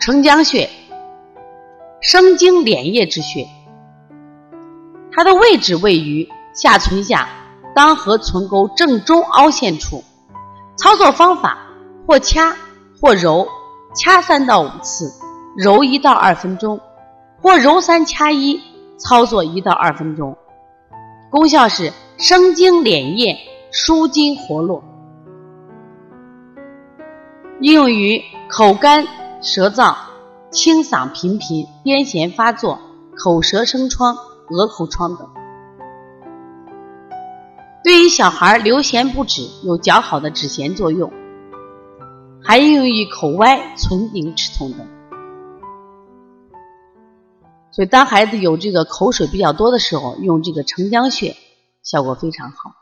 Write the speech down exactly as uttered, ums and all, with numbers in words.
承浆穴，生经敛液之穴，它的位置位于下唇下当颌唇沟正中凹陷处。操作方法：或掐或揉，掐三到五次，揉一到二分钟，或揉三掐一，操作一到二分钟。功效是生津敛液，舒筋活络。应用于口干舌燥、清嗓频频、癫痫发作、口舌生疮、鹅口疮等。对于小孩流涎不止，有较好的止涎作用，还应用于口歪、唇顶齿痛等。所以当孩子有这个口水比较多的时候，用这个承浆穴效果非常好。